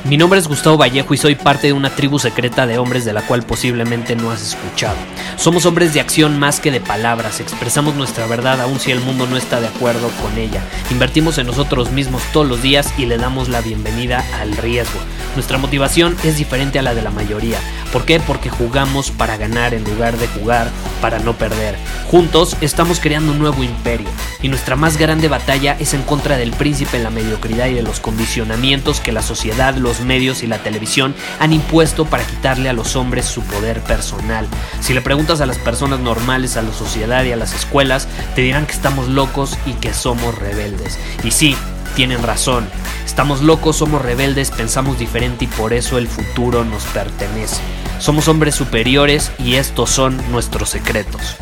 Mi nombre es Gustavo Vallejo y soy parte de una tribu secreta de hombres de la cual posiblemente no has escuchado. Somos hombres de acción más que de palabras, expresamos nuestra verdad aun si el mundo no está de acuerdo con ella. Invertimos en nosotros mismos todos los días y le damos la bienvenida al riesgo. Nuestra motivación es diferente a la de la mayoría. ¿Por qué? Porque jugamos para ganar en lugar de jugar para no perder. Juntos estamos creando un nuevo imperio y nuestra más grande batalla es en contra del príncipe, la mediocridad y de los condicionamientos que la sociedad, los medios y la televisión han impuesto para quitarle a los hombres su poder personal. Si le preguntas a las personas normales, a la sociedad y a las escuelas, te dirán que estamos locos y que somos rebeldes. Y sí, tienen razón. Estamos locos, somos rebeldes, pensamos diferente y por eso el futuro nos pertenece. Somos hombres superiores y estos son nuestros secretos.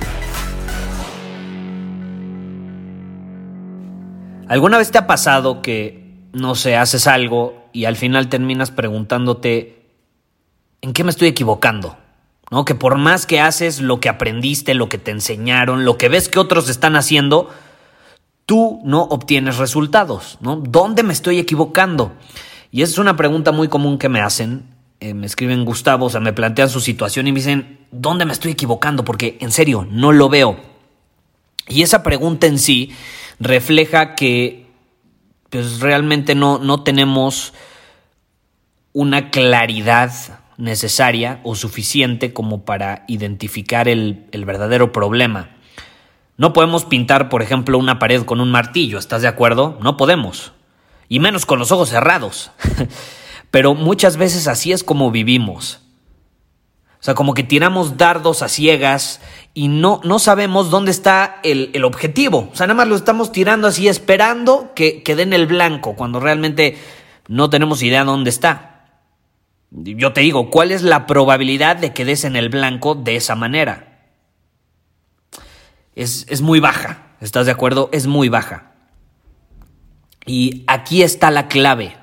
¿Alguna vez te ha pasado que, no sé, haces algo y al final terminas preguntándote ¿en qué me estoy equivocando? ¿No? Que por más que haces lo que aprendiste, lo que te enseñaron, lo que ves que otros están haciendo, tú no obtienes resultados, ¿no? ¿Dónde me estoy equivocando? Y esa es una pregunta muy común que me hacen. Me escriben Gustavo, o sea, me plantean su situación y me dicen ¿dónde me estoy equivocando? Porque en serio, no lo veo. Y esa pregunta en sí refleja que pues, realmente no tenemos una claridad necesaria o suficiente como para identificar el verdadero problema. No podemos pintar, por ejemplo, una pared con un martillo, ¿estás de acuerdo? No podemos. Y menos con los ojos cerrados. Pero muchas veces así es como vivimos. O sea, como que tiramos dardos a ciegas y no sabemos dónde está el objetivo. O sea, nada más lo estamos tirando así esperando que den el blanco, cuando realmente no tenemos idea dónde está. Yo te digo, ¿cuál es la probabilidad de que des en el blanco de esa manera? Es muy baja, ¿estás de acuerdo? Es muy baja. Y aquí está la clave,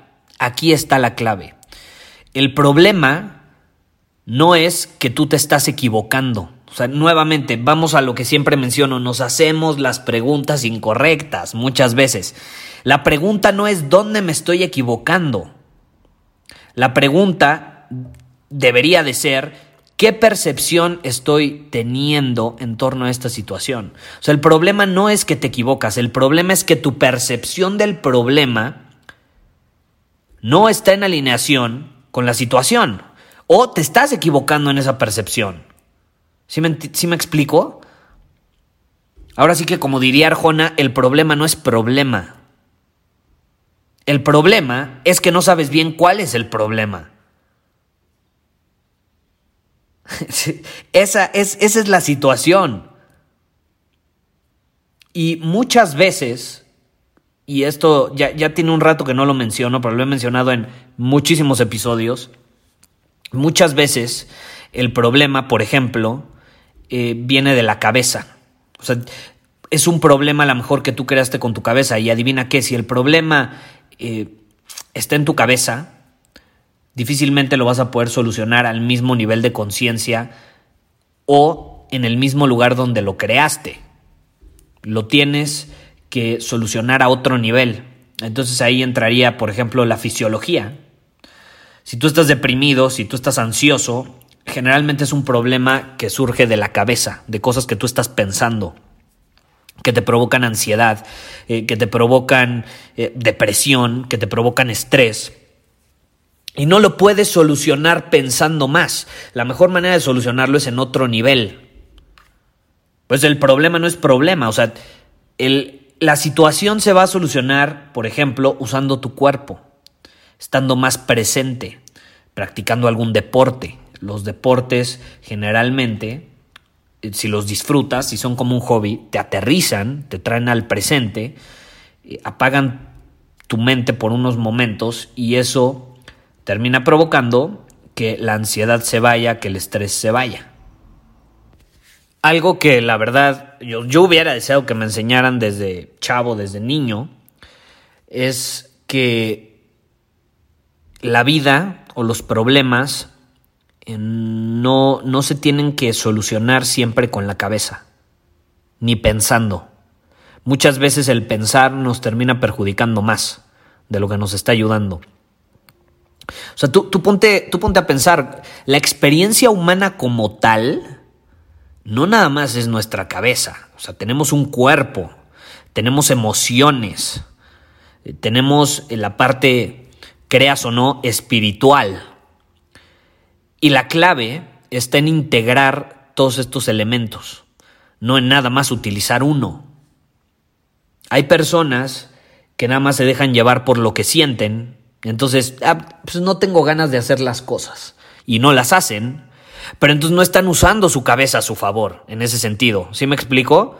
El problema no es que tú te estás equivocando. O sea, nuevamente, vamos a lo que siempre menciono, nos hacemos las preguntas incorrectas muchas veces. La pregunta no es ¿dónde me estoy equivocando? La pregunta debería de ser ¿qué percepción estoy teniendo en torno a esta situación? O sea, el problema no es que te equivocas, el problema es que tu percepción del problema no está en alineación con la situación o te estás equivocando en esa percepción. ¿Sí me explico? Ahora sí que, como diría Arjona, el problema no es problema. El problema es que no sabes bien cuál es el problema. Esa es la situación. Y muchas veces, y esto ya tiene un rato que no lo menciono, pero lo he mencionado en muchísimos episodios, muchas veces el problema, por ejemplo, viene de la cabeza. O sea, es un problema a lo mejor que tú creaste con tu cabeza y adivina qué, si el problema está en tu cabeza, difícilmente lo vas a poder solucionar al mismo nivel de conciencia o en el mismo lugar donde lo creaste. Lo tienes que solucionar a otro nivel. Entonces ahí entraría, por ejemplo, la fisiología. Si tú estás deprimido, si tú estás ansioso, generalmente es un problema que surge de la cabeza, de cosas que tú estás pensando, que te provocan ansiedad, que te provocan depresión, que te provocan estrés. Y no lo puedes solucionar pensando más. La mejor manera de solucionarlo es en otro nivel. Pues el problema no es problema. O sea, la situación se va a solucionar, por ejemplo, usando tu cuerpo, estando más presente, practicando algún deporte. Los deportes generalmente, si los disfrutas, si son como un hobby, te aterrizan, te traen al presente, apagan tu mente por unos momentos y eso termina provocando que la ansiedad se vaya, que el estrés se vaya. Algo que la verdad yo hubiera deseado que me enseñaran desde chavo, desde niño, es que la vida o los problemas no se tienen que solucionar siempre con la cabeza, ni pensando. Muchas veces el pensar nos termina perjudicando más de lo que nos está ayudando. O sea, tú ponte a pensar, la experiencia humana como tal no nada más es nuestra cabeza. O sea, tenemos un cuerpo, tenemos emociones, tenemos la parte, creas o no, espiritual. Y la clave está en integrar todos estos elementos, no en nada más utilizar uno. Hay personas que nada más se dejan llevar por lo que sienten, entonces pues no tengo ganas de hacer las cosas y no las hacen, pero entonces no están usando su cabeza a su favor en ese sentido. ¿Sí me explico?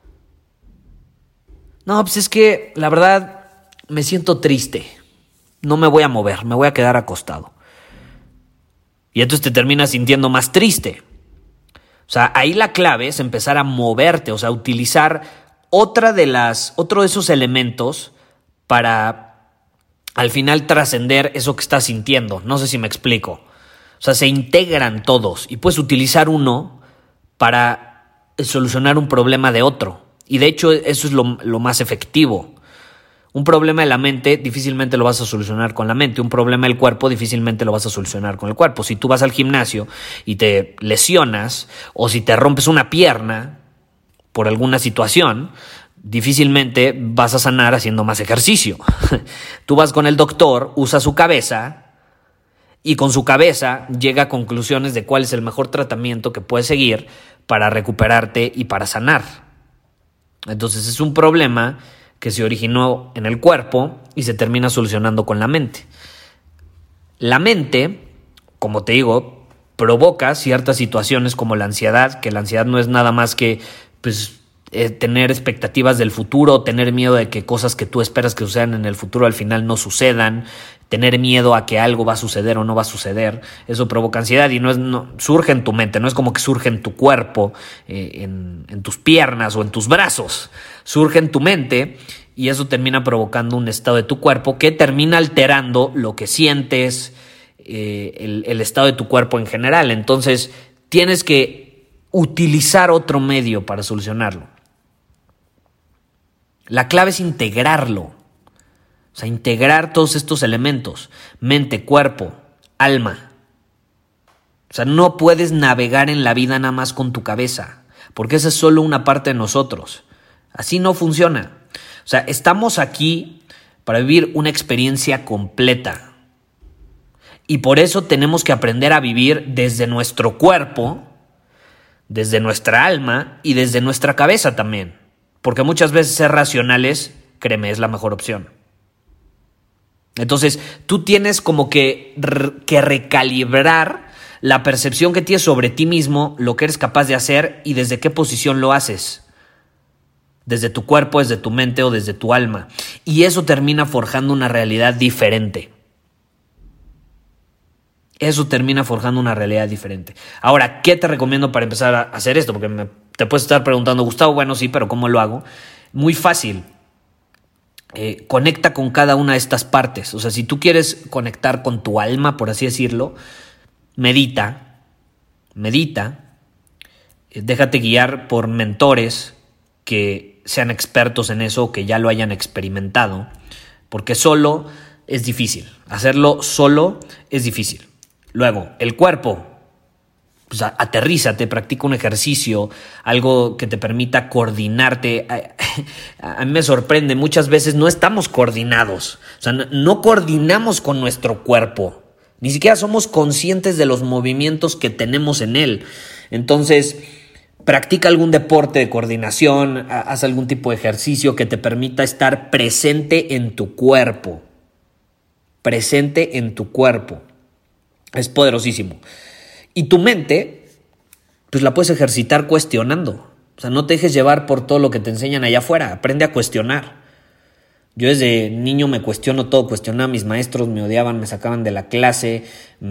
No, pues es que la verdad me siento triste, no me voy a mover, me voy a quedar acostado. Y entonces te terminas sintiendo más triste. O sea, ahí la clave es empezar a moverte, o sea, utilizar otro de esos elementos para al final trascender eso que estás sintiendo. No sé si me explico. O sea, se integran todos y puedes utilizar uno para solucionar un problema de otro. Y de hecho eso es lo más efectivo. Un problema de la mente difícilmente lo vas a solucionar con la mente. Un problema del cuerpo difícilmente lo vas a solucionar con el cuerpo. Si tú vas al gimnasio y te lesionas o si te rompes una pierna por alguna situación, difícilmente vas a sanar haciendo más ejercicio. Tú vas con el doctor, usa su cabeza y con su cabeza llega a conclusiones de cuál es el mejor tratamiento que puedes seguir para recuperarte y para sanar. Entonces es un problema que se originó en el cuerpo y se termina solucionando con la mente. La mente, como te digo, provoca ciertas situaciones como la ansiedad, que la ansiedad no es nada más que tener expectativas del futuro, tener miedo de que cosas que tú esperas que sucedan en el futuro al final no sucedan, tener miedo a que algo va a suceder o no va a suceder. Eso provoca ansiedad y no surge en tu mente, no es como que surge en tu cuerpo, en tus piernas o en tus brazos, surge en tu mente y eso termina provocando un estado de tu cuerpo que termina alterando lo que sientes, el estado de tu cuerpo en general. Entonces tienes que utilizar otro medio para solucionarlo. La clave es integrarlo, o sea, integrar todos estos elementos, mente, cuerpo, alma. O sea, no puedes navegar en la vida nada más con tu cabeza, porque esa es solo una parte de nosotros. Así no funciona. O sea, estamos aquí para vivir una experiencia completa. Y por eso tenemos que aprender a vivir desde nuestro cuerpo, desde nuestra alma y desde nuestra cabeza también. Porque muchas veces ser racionales, créeme, es la mejor opción. Entonces, tú tienes como que recalibrar la percepción que tienes sobre ti mismo, lo que eres capaz de hacer y desde qué posición lo haces. Desde tu cuerpo, desde tu mente o desde tu alma. Y eso termina forjando una realidad diferente. Eso termina forjando una realidad diferente. Ahora, ¿qué te recomiendo para empezar a hacer esto? Porque te puedes estar preguntando, Gustavo, bueno, sí, pero ¿cómo lo hago? Muy fácil. Conecta con cada una de estas partes. O sea, si tú quieres conectar con tu alma, por así decirlo, medita, déjate guiar por mentores que sean expertos en eso, que ya lo hayan experimentado, porque solo es difícil. Hacerlo solo es difícil. Luego, el cuerpo, pues aterrízate, practica un ejercicio, algo que te permita coordinarte. A mí me sorprende, muchas veces no estamos coordinados, o sea, no coordinamos con nuestro cuerpo, ni siquiera somos conscientes de los movimientos que tenemos en él. Entonces, practica algún deporte de coordinación, haz algún tipo de ejercicio que te permita estar presente en tu cuerpo. Presente en tu cuerpo. Es poderosísimo. Y tu mente, pues la puedes ejercitar cuestionando. O sea, no te dejes llevar por todo lo que te enseñan allá afuera. Aprende a cuestionar. Yo desde niño me cuestiono todo. Cuestionaba a mis maestros, me odiaban, me sacaban de la clase,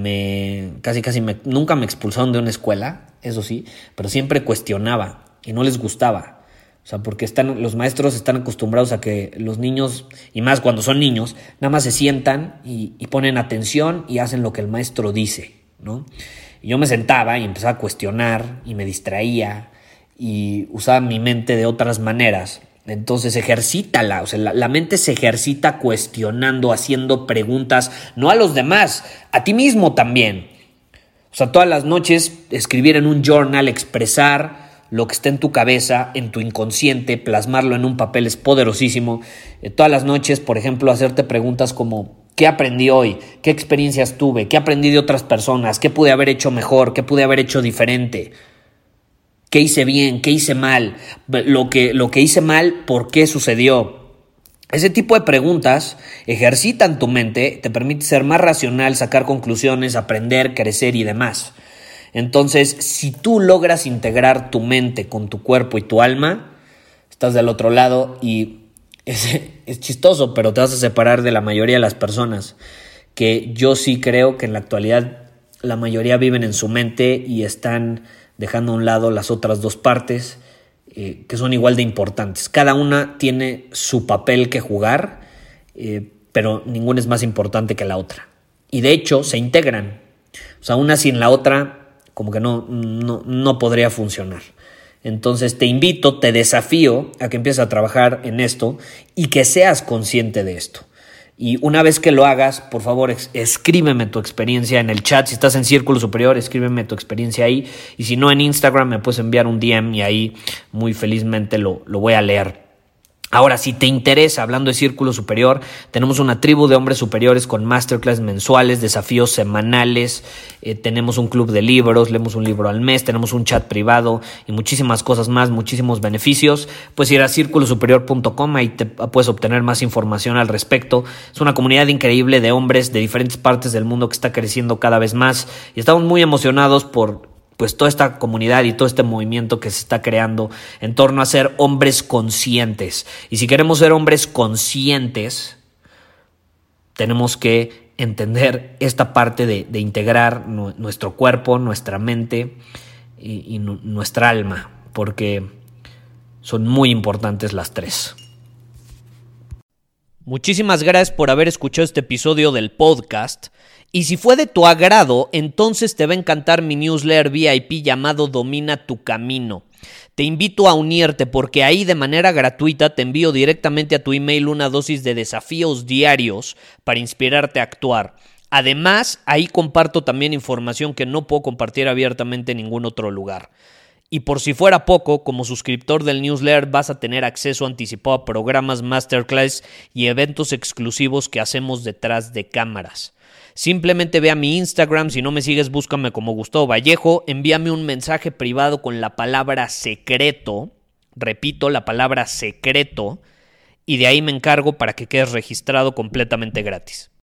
nunca me expulsaron de una escuela, eso sí, pero siempre cuestionaba y no les gustaba. O sea, porque los maestros están acostumbrados a que los niños, y más cuando son niños, nada más se sientan y ponen atención y hacen lo que el maestro dice, ¿no? Y yo me sentaba y empezaba a cuestionar y me distraía y usaba mi mente de otras maneras Entonces ejercítala, o sea, la mente se ejercita cuestionando, haciendo preguntas, no a los demás, a ti mismo también. O sea, todas las noches escribir en un journal, expresar lo que está en tu cabeza, en tu inconsciente, plasmarlo en un papel es poderosísimo. Todas las noches, por ejemplo, hacerte preguntas como ¿qué aprendí hoy? ¿Qué experiencias tuve? ¿Qué aprendí de otras personas? ¿Qué pude haber hecho mejor? ¿Qué pude haber hecho diferente? ¿Qué hice bien? ¿Qué hice mal? Lo que hice mal, ¿por qué sucedió? Ese tipo de preguntas ejercitan tu mente, te permite ser más racional, sacar conclusiones, aprender, crecer y demás. Entonces, si tú logras integrar tu mente con tu cuerpo y tu alma, estás del otro lado y es chistoso, pero te vas a separar de la mayoría de las personas, que yo sí creo que en la actualidad la mayoría viven en su mente y están dejando a un lado las otras dos partes que son igual de importantes. Cada una tiene su papel que jugar, pero ninguna es más importante que la otra. Y de hecho se integran. O sea, una sin la otra como que no podría funcionar. Entonces te invito, te desafío a que empieces a trabajar en esto y que seas consciente de esto. Y una vez que lo hagas, por favor, escríbeme tu experiencia en el chat. Si estás en Círculo Superior, escríbeme tu experiencia ahí. Y si no, en Instagram me puedes enviar un DM y ahí muy felizmente lo voy a leer. Ahora, si te interesa, hablando de Círculo Superior, tenemos una tribu de hombres superiores con masterclass mensuales, desafíos semanales, tenemos un club de libros, leemos un libro al mes, tenemos un chat privado y muchísimas cosas más, muchísimos beneficios. Puedes ir a circulosuperior.com, ahí te puedes obtener más información al respecto. Es una comunidad increíble de hombres de diferentes partes del mundo que está creciendo cada vez más y estamos muy emocionados por pues toda esta comunidad y todo este movimiento que se está creando en torno a ser hombres conscientes. Y si queremos ser hombres conscientes, tenemos que entender esta parte de integrar nuestro cuerpo, nuestra mente y nuestra alma, porque son muy importantes las tres. Muchísimas gracias por haber escuchado este episodio del podcast. Y si fue de tu agrado, entonces te va a encantar mi newsletter VIP llamado Domina tu Camino. Te invito a unirte porque ahí de manera gratuita te envío directamente a tu email una dosis de desafíos diarios para inspirarte a actuar. Además, ahí comparto también información que no puedo compartir abiertamente en ningún otro lugar. Y por si fuera poco, como suscriptor del newsletter vas a tener acceso anticipado a programas, masterclass y eventos exclusivos que hacemos detrás de cámaras. Simplemente ve a mi Instagram, si no me sigues búscame como Gustavo Vallejo, envíame un mensaje privado con la palabra secreto, repito, la palabra secreto, y de ahí me encargo para que quedes registrado completamente gratis.